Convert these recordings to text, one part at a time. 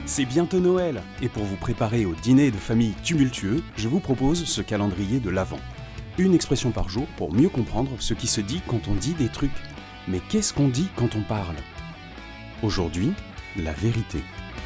C'est bientôt Noël, et pour vous préparer au dîner de famille tumultueux, je vous propose ce calendrier de l'Avent. Une expression par jour pour mieux comprendre ce qui se dit quand on dit des trucs. Mais qu'est-ce qu'on dit quand on parle ? Aujourd'hui, la vérité.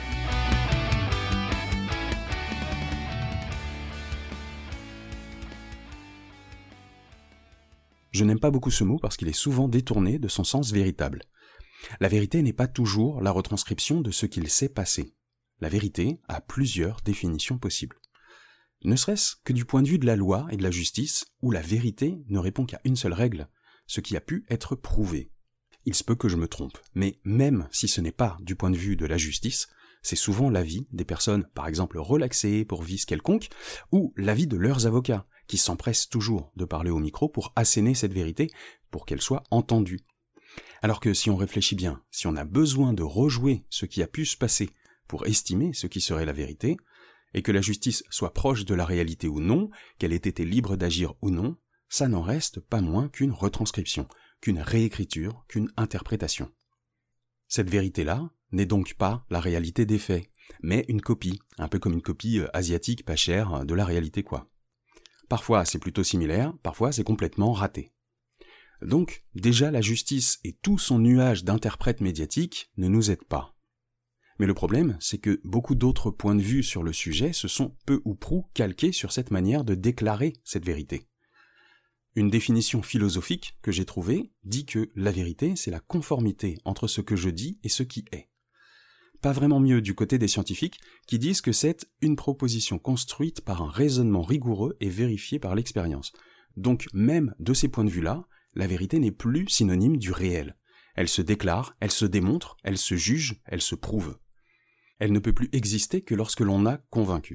Je n'aime pas beaucoup ce mot parce qu'il est souvent détourné de son sens véritable. La vérité n'est pas toujours la retranscription de ce qu'il s'est passé. La vérité a plusieurs définitions possibles. Ne serait-ce que du point de vue de la loi et de la justice, où la vérité ne répond qu'à une seule règle, ce qui a pu être prouvé. Il se peut que je me trompe, mais même si ce n'est pas du point de vue de la justice, c'est souvent l'avis des personnes, par exemple relaxées pour vice quelconque, ou l'avis de leurs avocats, qui s'empressent toujours de parler au micro pour asséner cette vérité, pour qu'elle soit entendue. Alors que si on réfléchit bien, si on a besoin de rejouer ce qui a pu se passer pour estimer ce qui serait la vérité, et que la justice soit proche de la réalité ou non, qu'elle ait été libre d'agir ou non, ça n'en reste pas moins qu'une retranscription, qu'une réécriture, qu'une interprétation. Cette vérité-là n'est donc pas la réalité des faits, mais une copie, un peu comme une copie asiatique pas chère de la réalité quoi. Parfois c'est plutôt similaire, parfois c'est complètement raté. Donc déjà la justice et tout son nuage d'interprètes médiatiques ne nous aident pas. Mais le problème, c'est que beaucoup d'autres points de vue sur le sujet se sont peu ou prou calqués sur cette manière de déclarer cette vérité. Une définition philosophique que j'ai trouvée dit que la vérité, c'est la conformité entre ce que je dis et ce qui est. Pas vraiment mieux du côté des scientifiques qui disent que c'est une proposition construite par un raisonnement rigoureux et vérifié par l'expérience. Donc même de ces points de vue-là, la vérité n'est plus synonyme du réel. Elle se déclare, elle se démontre, elle se juge, elle se prouve. Elle ne peut plus exister que lorsque l'on a convaincu.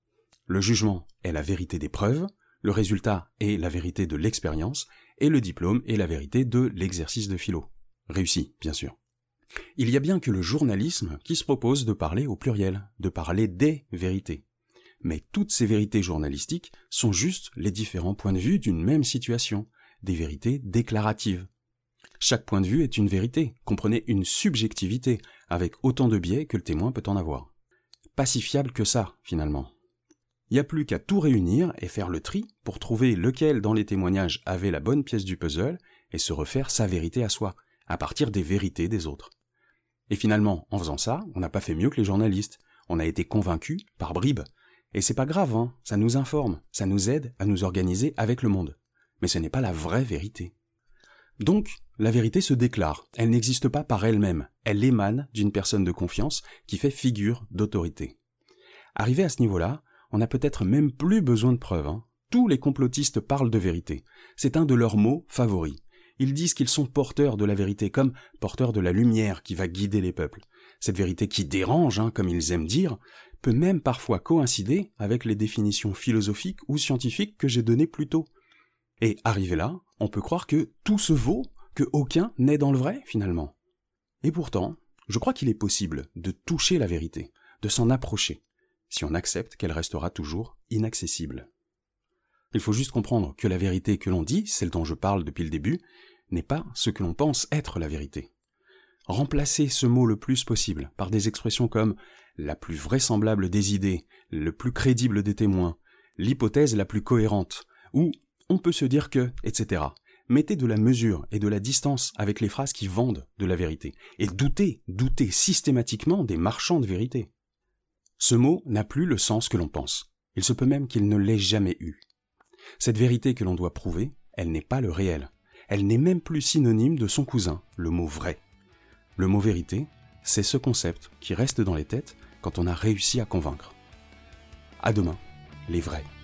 Le jugement est la vérité des preuves, le résultat est la vérité de l'expérience, et le diplôme est la vérité de l'exercice de philo. Réussi, bien sûr. Il y a bien que le journalisme qui se propose de parler au pluriel, de parler des vérités. Mais toutes ces vérités journalistiques sont juste les différents points de vue d'une même situation, des vérités déclaratives. Chaque point de vue est une vérité, comprenez une subjectivité, avec autant de biais que le témoin peut en avoir. Pas si fiable que ça, finalement. Il n'y a plus qu'à tout réunir et faire le tri pour trouver lequel dans les témoignages avait la bonne pièce du puzzle et se refaire sa vérité à soi, à partir des vérités des autres. Et finalement, en faisant ça, on n'a pas fait mieux que les journalistes. On a été convaincus par bribes. Et c'est pas grave, hein, ça nous informe, ça nous aide à nous organiser avec le monde. Mais ce n'est pas la vraie vérité. Donc, la vérité se déclare, elle n'existe pas par elle-même, elle émane d'une personne de confiance qui fait figure d'autorité. Arrivé à ce niveau-là, on n'a peut-être même plus besoin de preuves. Tous les complotistes parlent de vérité, c'est un de leurs mots favoris. Ils disent qu'ils sont porteurs de la vérité, comme porteurs de la lumière qui va guider les peuples. Cette vérité qui dérange, comme ils aiment dire, peut même parfois coïncider avec les définitions philosophiques ou scientifiques que j'ai données plus tôt. Et arrivé là, on peut croire que tout se vaut, que aucun n'est dans le vrai, finalement. Et pourtant, je crois qu'il est possible de toucher la vérité, de s'en approcher, si on accepte qu'elle restera toujours inaccessible. Il faut juste comprendre que la vérité que l'on dit, celle dont je parle depuis le début, n'est pas ce que l'on pense être la vérité. Remplacer ce mot le plus possible par des expressions comme la plus vraisemblable des idées, le plus crédible des témoins, l'hypothèse la plus cohérente, ou on peut se dire que, etc. Mettez de la mesure et de la distance avec les phrases qui vendent de la vérité, et doutez systématiquement des marchands de vérité. Ce mot n'a plus le sens que l'on pense. Il se peut même qu'il ne l'ait jamais eu. Cette vérité que l'on doit prouver, elle n'est pas le réel. Elle n'est même plus synonyme de son cousin, le mot vrai. Le mot vérité, c'est ce concept qui reste dans les têtes quand on a réussi à convaincre. À demain, les vrais.